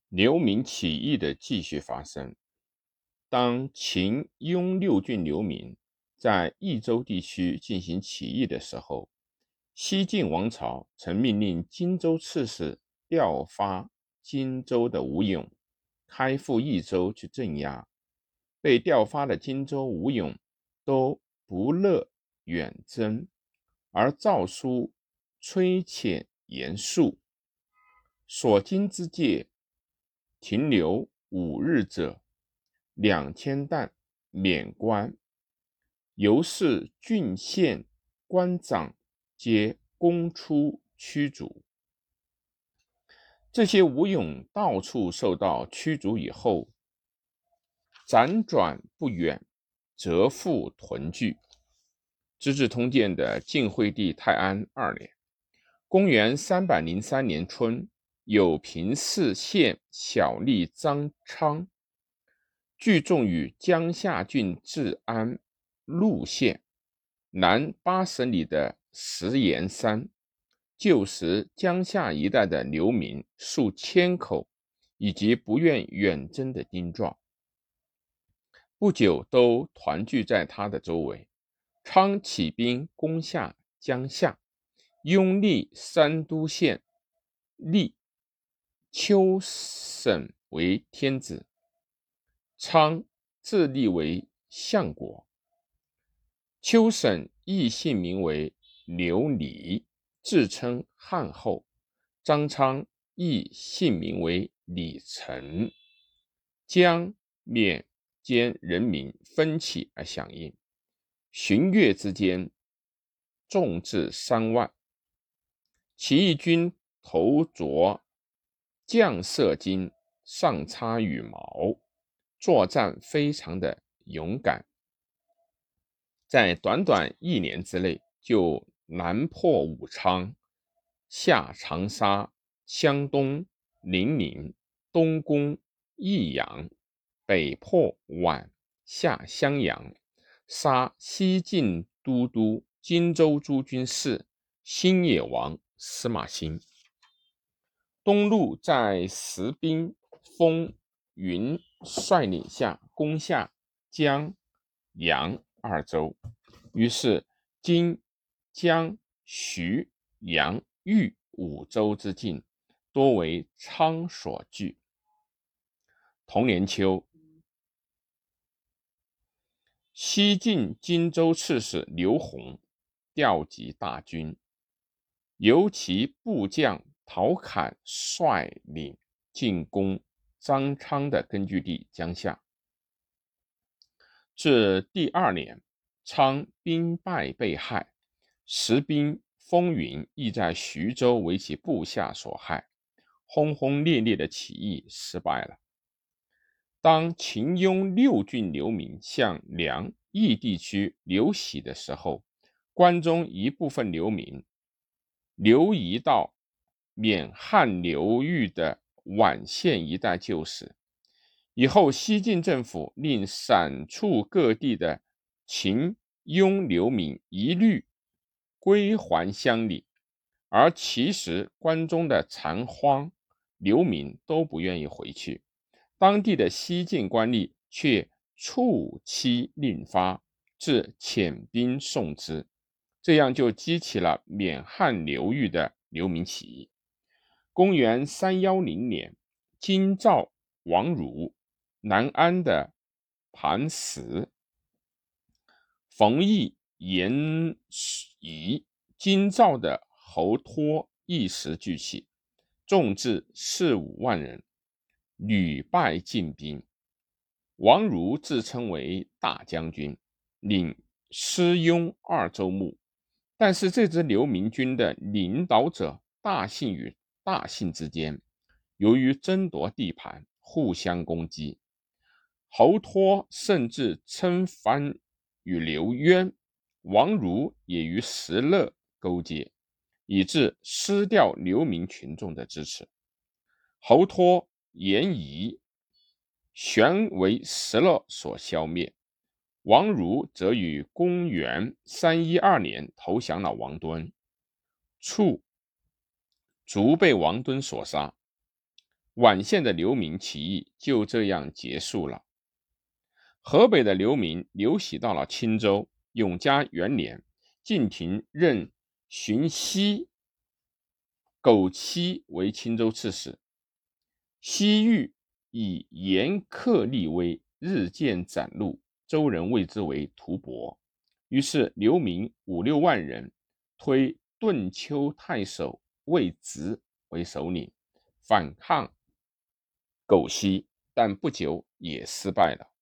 流民起义的继续发生。当秦、雍六郡流民在益州地区进行起义的时候，西晋王朝曾命令荆州刺史调发荆州的武勇，开赴益州去镇压。被调发的荆州武勇都不乐远征，而诏书催遣严肃，所经之界停留5日者2000担，免官。由是郡县官长皆公出驱逐。这些武勇到处受到驱逐以后，辗转不远，则复屯聚。资治通鉴的晋惠帝泰安2年，公元303年春，有平氏县小吏张昌聚众于江夏郡治安陆县南80里的石岩山，旧时江夏一带的流民数千口，以及不愿远征的丁壮，不久都团聚在他的周围。昌起兵攻下江夏，拥立山都县立丘省为天子，昌自立为相国。丘省亦姓名为刘礼，自称汉后。张昌亦姓名为李成。江缅间人民分起而响应，旬月之间众至3万。起义军头着绛色巾，上插羽毛，作战非常的勇敢，在短短1年之内就南破武昌，下长沙、湘东、零陵，东攻益阳，北破皖，下襄阳，杀西晋都督荆州诸军事新野王司马欣。东路在石兵、风云率领下攻下江、扬2州，于是荆、江、徐、扬、豫5州之境多为昌所据。同年秋，西晋荆州刺史刘弘调集大军，由其部将陶侃率领进攻张昌的根据地江夏。至第2年，昌兵败被害，石兵、风云亦在徐州为其部下所害，轰轰烈烈的起义失败了。当秦雍6郡流民向梁、益地区流徙的时候，关中一部分流民流移到缅汉流域的皖县一带就史。以后西晋政府令散处各地的秦、雍流民一律归还乡里，而其实关中的残荒流民都不愿意回去，当地的西晋官吏却促期令发，至遣兵送之，这样就激起了缅汉流域的流民起义。公元310年，京兆王儒、南安的盘石、冯异、严夷、京兆的侯托一时聚起，众至4、5万人，屡败进兵。王儒自称为大将军，领师雍2州牧，但是这支流民军的领导者大信与大信之间，由于争夺地盘，互相攻击。侯托甚至称藩与刘渊，王儒也与石勒勾结，以致失掉流民群众的支持。侯托、严夷旋为石勒所消灭，王儒则于公元312年投降了王敦，卒被王敦所杀。 宛县的流民起义就这样结束了。河北的流民流徙到了青州，永嘉元年，晋廷任荀息、苟期为青州刺史。西域以严苛立威，日渐展露，周人谓之为吐蕃。于是流民5、6万人，推顿丘太守魏直为首领，反抗苟息，但不久也失败了。